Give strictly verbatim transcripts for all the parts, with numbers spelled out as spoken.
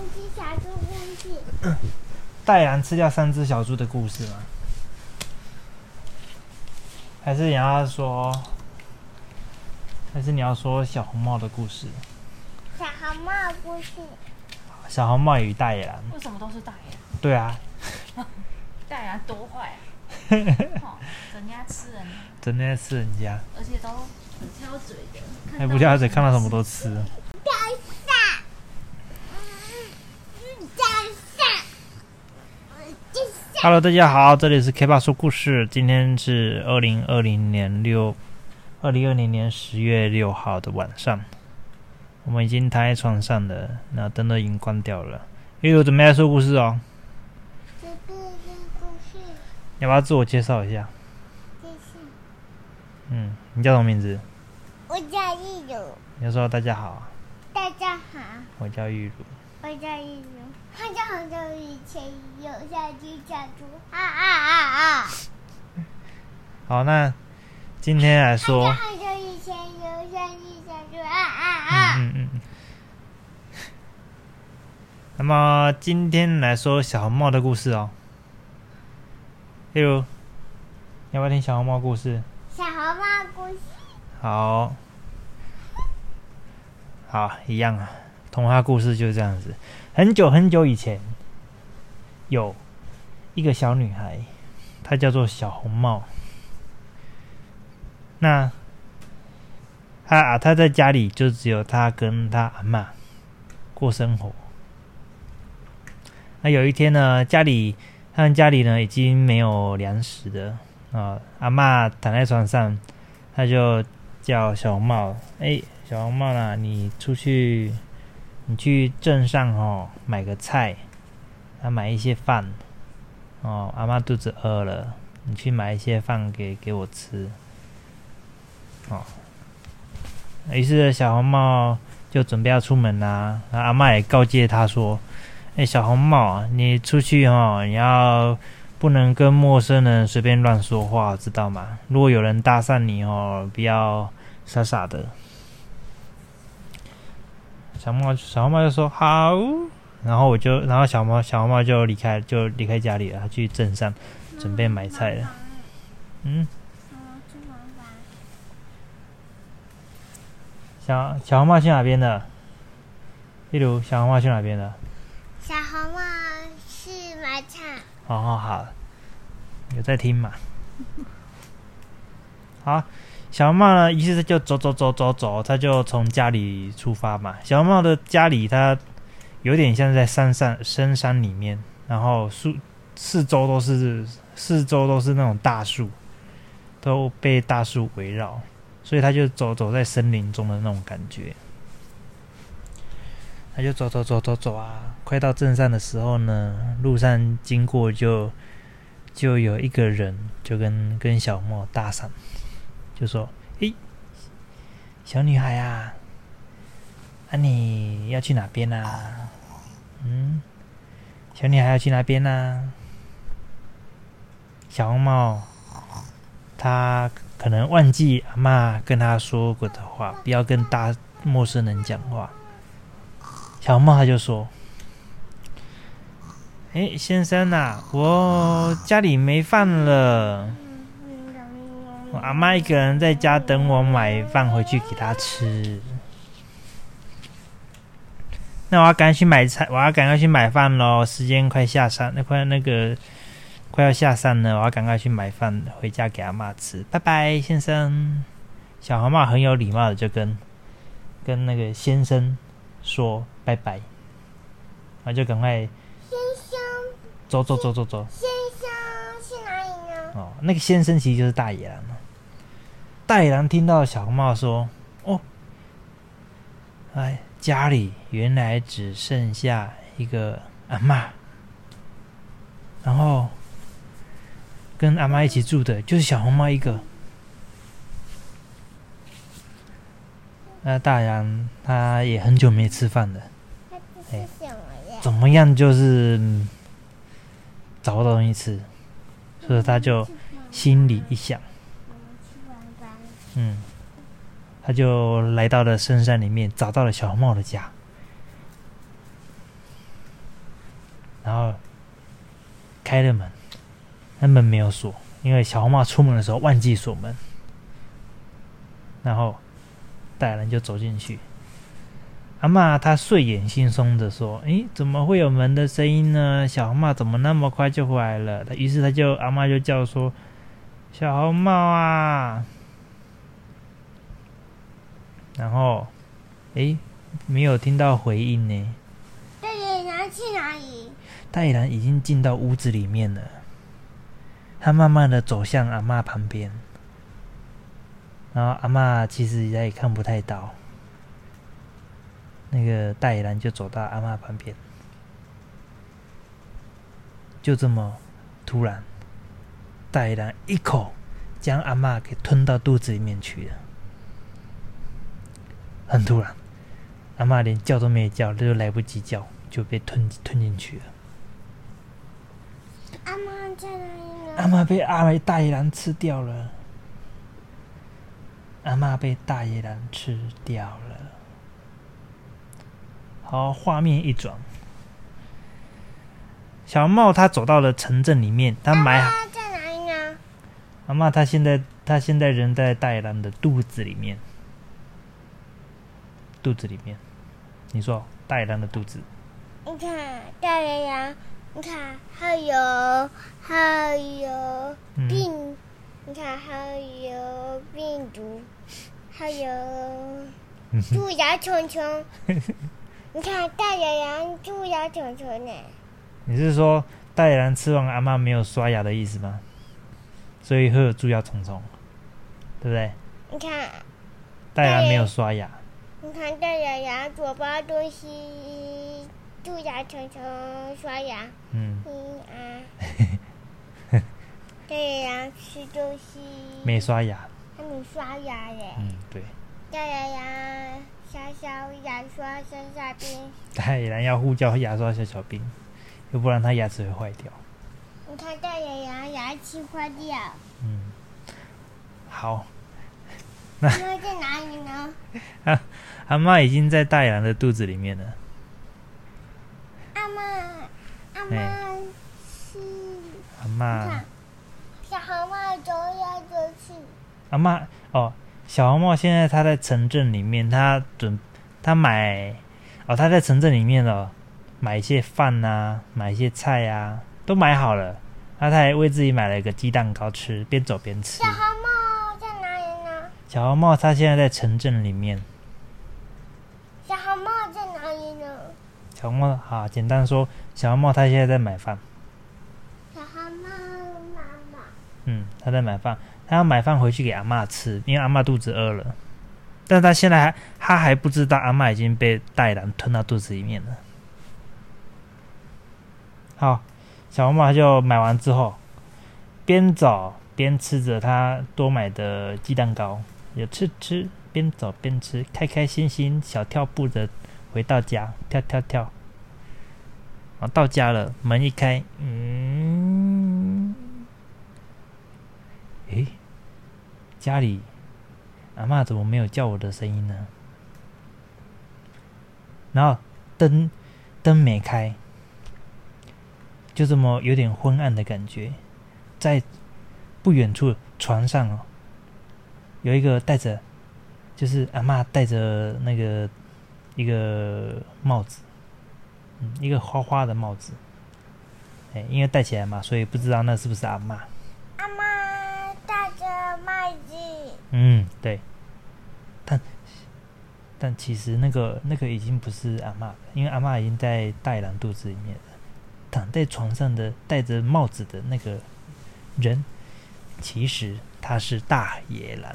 只小猪故事。 大野狼吃掉三只小猪的故事吗？还是你要说，还是你要说小红帽的故事？ 小红帽的故事。 小红帽与大野狼。 为什么都是大野狼？ 对啊。 大野狼多坏啊！哦，整家吃人， 整天吃人家， 而且都很挑嘴的， 还不挑嘴，看到什么都吃。 加上，加上，加上。 Hello， 大家好，这里是 K 爸说故事。今天是二零二零年六，二零二零年十月六号的晚上，我们已经躺在床上了，那灯都已经关掉了。因为我准备来说故事哦。 这个故事。 要不要自我介绍一下？ 介绍。 嗯，你叫什么名字？ 我叫玉茹。 你就说大家好。 大家好。 我叫玉茹。 我叫玉茹。很久很久以前有下只小猪，啊啊啊啊！ 好，那今天来说。 很久很久以前有下只小猪，啊啊啊！ 嗯嗯嗯。那么今天来说小红帽的故事哦。例如，要不要听小红帽故事？ 小红帽故事。 好，好，一样啊。童话故事就是这样子。很久很久以前，有一个小女孩，她叫做小红帽。那她啊，她在家里就只有她跟她阿嬷过生活。那有一天呢，家里他们家里呢已经没有粮食了啊。阿嬷躺在床上，他就叫小红帽：“哎、欸，小红帽啦，你出去，你去镇上哦买个菜，啊买一些饭哦。阿嬷肚子饿了，你去买一些饭给给我吃哦。”于是小红帽就准备要出门啦。然后阿嬷也告诫他说。哎、欸，小红帽，你出去哦，你要不能跟陌生人随便乱说话，知道吗？如果有人搭讪你哦，不要傻傻的。小红帽，小红帽就说好，然后我就，然后小猫小红帽就离开，就离开家里了，他去镇上准备买菜了。嗯。小小红帽去哪边的？例如，小红帽去哪边的？ 小红帽是买菜。 好好好，有在听嘛？好，小红帽呢，于是就走走走走走，他就从家里出发嘛。小红帽的家里，它有点像在山上深山里面，然后树四周都是四周都是那种大树，都被大树围绕，所以他就走走在森林中的那种感觉。他就走走走走走啊，快到镇上的时候呢，路上经过就就有一个人就跟跟小红帽搭讪，就说：“诶，小女孩啊，啊你要去哪边啊？嗯，小女孩要去哪边啊？”小红帽她可能忘记阿嬷跟她说过的话，不要跟大陌生人讲话。小红帽他就说：“哎、欸，先生啊，我家里没饭了，我阿嬷一个人在家等我买饭回去给她吃。那我要赶快去买菜，我要赶快去买饭咯，时间快下山，那快那个快要下山了，我要赶快去买饭回家给阿嬷吃。拜拜，先生。”小红帽很有礼貌的就跟跟那个先生说拜拜，然后就赶快先生走走走走走。 先生去哪里呢？ 哦，那个先生其实就是大野狼。大野狼听到小红帽说：“哦，哎，家里原来只剩下一个阿嬷，然后跟阿嬷一起住的就是小红帽一个。”那大羊他也很久没吃饭了， 这是什么呀？ 怎么样就是找不到东西吃，所以他就心里一想，嗯，他就来到了深山里面，找到了小红帽的家。 然后开了门，那门没有锁，因为小红帽出门的时候忘记锁门。然后大人就走进去，阿嬷她睡眼惺忪的说：“诶，怎么会有门的声音呢？小红帽怎么那么快就回来了？”于是他就阿嬷就叫说：“小红帽啊！”然后，诶，没有听到回应呢。 大野狼去哪里？ 大野狼已经进到屋子里面了，他慢慢的走向阿嬷旁边，然后阿嬷其实也看不太到。那个大野狼就走到阿嬷旁边，就这么突然，大野狼一口将阿嬷给吞到肚子里面去了。很突然，阿嬷连叫都没叫，就来不及叫，就被吞吞进去了。 阿嬷在哪里呢？ 阿嬷被阿大野狼吃掉了。阿嬷被大野狼吃掉了。好，画面一转，小茂他走到了城镇里面，他买好。 阿嬷在哪里呢？ 阿嬷他现在他现在人在大野狼的肚子里面，肚子里面，你说大野狼的肚子？ 你看大野狼，你看还有还有病，嗯、你看还有病毒，还有蛀牙虫虫。你看大野狼蛀牙虫虫呢？ 你是说大野狼吃完阿嬷没有刷牙的意思吗？所以会有蛀牙虫虫，对不对？ 你看大野狼没有刷牙。 你看大野狼嘴巴东西，蛀牙虫虫刷牙。嗯。嗯啊。大野狼吃东西。 没刷牙。 还没刷牙耶。 嗯，对。 大野狼小小牙刷小小兵。 大野狼要呼叫牙刷小小兵，要不然他牙齿会坏掉。 你看大野狼牙齿坏掉。 嗯。好。 那阿嬷在哪里呢？ 啊，阿嬷已经在大野狼的肚子里面了。 阿嬷，阿嬷是。 阿嬷。 小红帽走来走去。 阿嬷哦，小红帽现在他在城镇里面，他准他买哦，他在城镇里面哦，买一些饭啊，买一些菜啊，都买好了。他他还为自己买了一个鸡蛋糕吃，边走边吃。 小红帽在哪里呢？ 小红帽他现在在城镇里面。 小红帽在哪里呢？ 小红帽好，简单说，小红帽他现在在买饭。 小红帽妈妈。 嗯，他在买饭，他要买饭回去给阿嬷吃，因为阿嬷肚子饿了。但是他现在还他还不知道阿嬷已经被大野狼吞到肚子里面了。好，小红帽就买完之后，边走边吃着他多买的鸡蛋糕，有吃吃，边走边吃，开开心心小跳步的回到家，跳跳跳。好，到家了，门一开，嗯，诶，家里阿嬷怎么没有叫我的声音呢？然后灯灯没开，就这么有点昏暗的感觉。在不远处床上哦，有一个戴着，就是阿嬷戴着那个一个帽子，嗯，一个花花的帽子。哎，因为戴起来嘛，所以不知道那是不是阿嬷。 阿嬷戴着帽子。 嗯，对。但但其实那个那个已经不是阿嬷了，因为阿嬷已经在大野狼肚子里面了。躺在床上的戴着帽子的那个人，其实他是大野狼。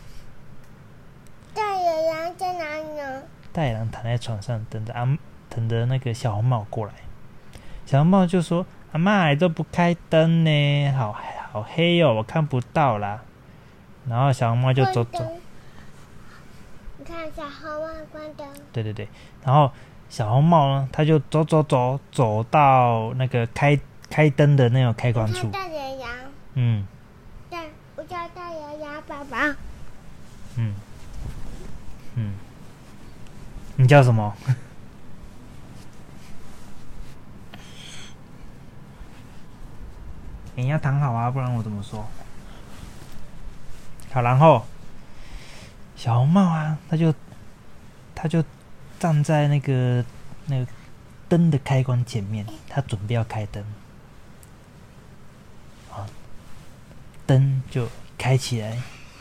大野狼在哪里呢？ 大野狼躺在床上，等着阿等着那个小红帽过来。小红帽就说：“阿嬷都不开灯呢，好好黑哦，我看不到啦。”然后小红帽就走走。 你看小红帽关灯。 对对对，然后小红帽呢，他就走走走走到那个开开灯的那种开关处。 大野狼。 嗯。 对，我叫大野狼爸爸。 嗯。嗯。你叫什么？ 你要躺好啊，不然我怎么说？好，然后小红帽啊，他就他就站在那个那个灯的开关前面，他准备要开灯。啊，灯就开起来，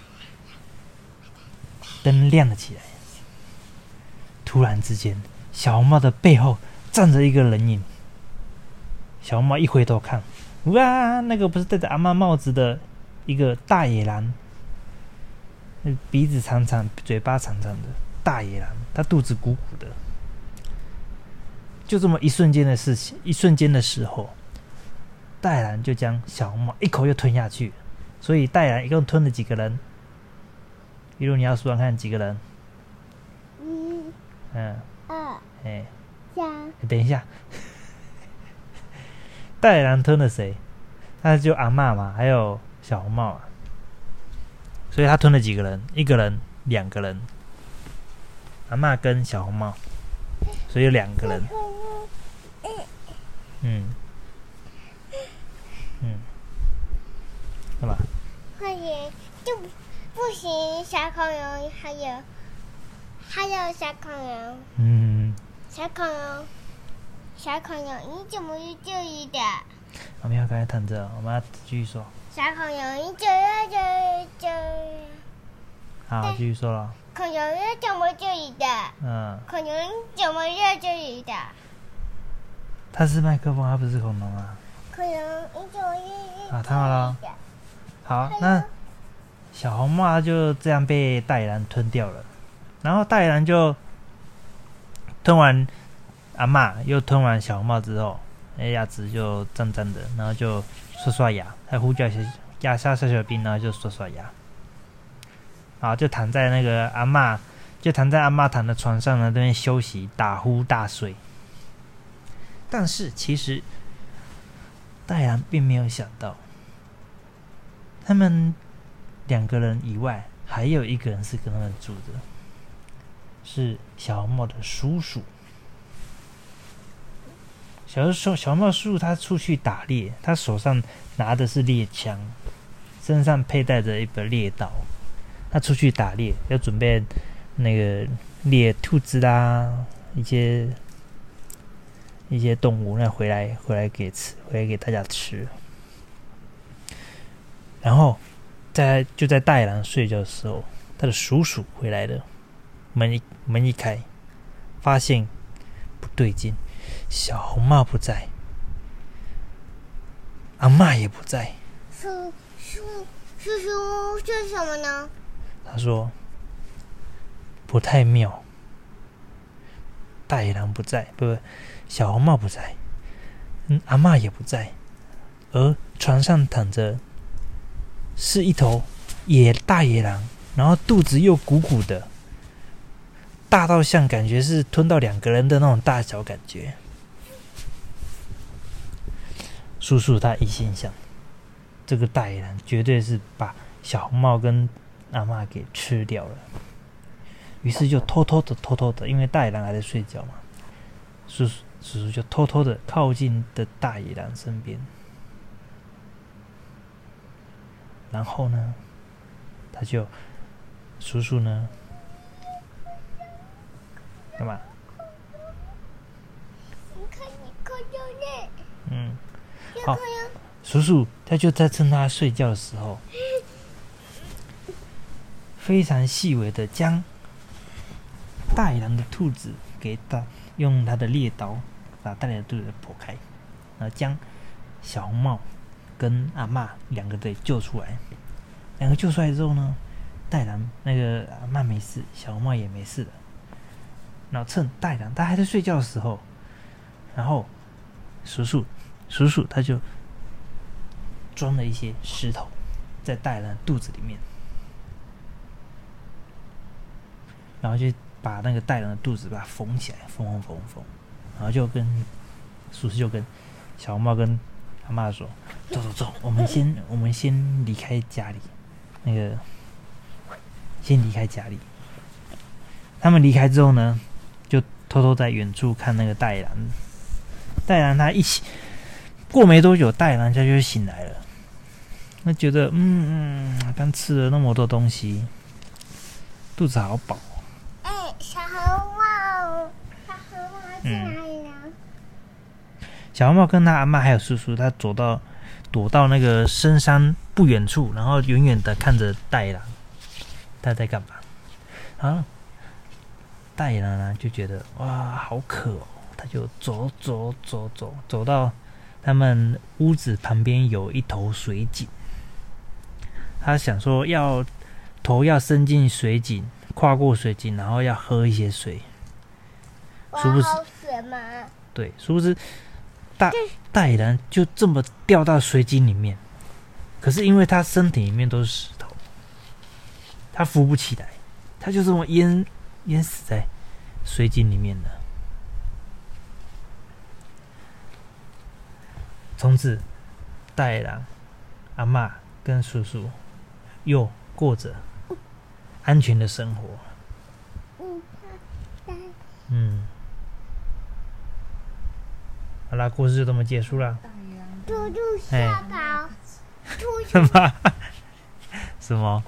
灯亮了起来。突然之间，小红帽的背后站着一个人影。小红帽一回头看，哇，那个不是戴着阿嬷帽子的一个大野狼，鼻子长长，嘴巴长长的大野狼，他肚子鼓鼓的。就这么一瞬间的事情，一瞬间的时候，大野狼就将小红帽一口就吞下去。所以大野狼一共吞了几个人？比如你要数算看几个人？ 一、 嗯， 二、 哎， 三。 等一下，大野狼吞了谁？那就阿嬷嘛，还有小红帽啊。所以他吞了几个人？一个人，两个人，阿嬷跟小红帽，所以有两个人。嗯嗯，干嘛？ 快点，就不行。小恐龙还有还有小恐龙， 嗯， 小恐龙，小恐龙，你怎么去这里的？ 我们要赶快躺着，我们要继续说。 小恐龙，你怎么这这？ 好，继续说了。 恐龙是怎么这里的？ 嗯， 恐龙怎么在这里的？ 它是麦克风，它不是恐龙啊。 恐龙，你怎么在啊，躺好了。好，那小红帽就这样被大野狼吞掉了，然后大野狼就吞完阿嬷，又吞完小红帽之后，哎，牙齿就脏脏的，然后就刷刷牙，还呼叫小压下小小兵，然后就刷刷牙，好，就躺在那个阿嬷，就躺在阿嬷躺的床上呢，那边休息，大呼大睡。但是其实大野狼并没有想到。他们两个人以外，还有一个人是跟他们住的，是小红帽的叔叔。小小小红帽叔叔他出去打猎，他手上拿的是猎枪，身上佩戴着一把猎刀。他出去打猎，要准备那个猎兔子啦，一些一些动物，那回来回来给吃，回来给大家吃。然后在就在大野狼睡觉的时候，他的叔叔回来了，门一门一开，发现不对劲，小红帽不在，阿嬷也不在。 叔叔叔叔是什么呢？ 他说不太妙，大野狼不在，不不，小红帽不在，嗯，阿嬷也不在，而床上躺着。是一头野大野狼，然后肚子又鼓鼓的，大到像感觉是吞到两个人的那种大小感觉。叔叔他一心想，这个大野狼绝对是把小红帽跟阿嬷给吃掉了，于是就偷偷的偷偷的，因为大野狼还在睡觉嘛，叔叔叔叔就偷偷的靠近的大野狼身边。然后呢，他就叔叔呢，干嘛？ 你看你看到嘞。 嗯，好，叔叔他就在趁他睡觉的时候，非常细微的将大野狼的兔子给打，用他的猎刀把大野狼的兔子剖开，然后将小红帽跟阿嬷两个得救出来。两个救出来之后呢，大野狼那个阿嬷没事，小红帽也没事了。然后趁大野狼他还在睡觉的时候，然后叔叔叔叔他就装了一些石头在大野狼的肚子里面，然后就把那个大野狼的肚子把它缝起来，缝缝缝缝，然后就跟叔叔就跟小红帽跟阿嬷说：“走走走，我们先我们先离开家里，那个先离开家里。”他们离开之后呢，就偷偷在远处看那个大野狼。大野狼他一起过没多久，大野狼家就醒来了。那觉得，嗯嗯，刚吃了那么多东西，肚子好饱。 哎、欸，小红帽，小红帽去哪里呢？嗯、 小红帽跟他阿嬷还有叔叔，他走到躲到那个深山不远处，然后远远的看着大野狼，他在干嘛？啊，大野狼呢就觉得哇，好渴哦，他就走走走走走到他们屋子旁边有一头水井。他想说要头要伸进水井，跨过水井，然后要喝一些水。殊不知， 水吗？ 对，殊不知大大野狼就这么掉到水井里面。可是因为他身体里面都是石头，他浮不起来，他就这么淹淹死在水井里面了。从此，大野狼、阿嬷跟叔叔又过着安全的生活。嗯，好啦，故事就这么结束了。 兔兔下跑， 什么？什么？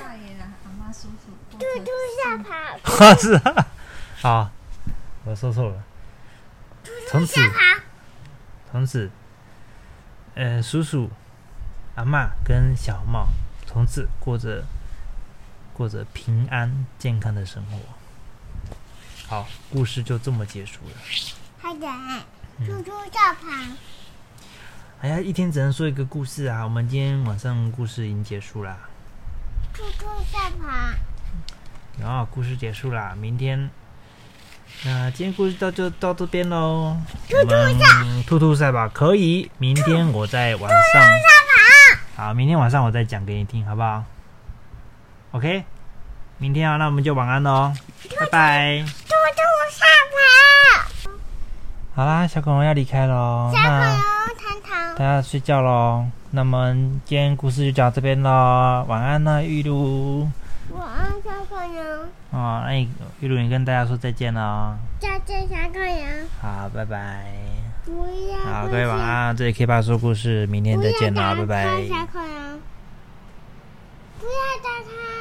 兔兔下跑。 啊，是啊，好，我说错了。从此，从此，呃，叔叔、阿嬷跟小帽从此过着过着平安健康的生活。好，故事就这么结束了。 快点，兔兔下跑。 哎呀，一天只能说一个故事啊！我们今天晚上故事已经结束啦。 兔兔下跑。 然后故事结束啦，明天，那今天故事到就到这边喽。 兔兔赛， 兔兔赛吧，可以。明天我在晚上， 兔兔赛跑。好，明天晚上我再讲给你听，好不好 ？OK， 明天啊，那我们就晚安喽，拜拜。 兔兔赛跑。 好啦，小恐龙要离开喽， 小恐龙糖糖， 大家睡觉喽。那么今天故事就讲到这边喽，晚安啦，玉露。 晚安，小恐龙。 哦，那你玉露，你跟大家说再见喽。 再见，小恐龙。 好，拜拜。 不要。 好，各位晚安，这里 K 爸说故事，明天再见啦，拜拜。 小恐龙，不要打他。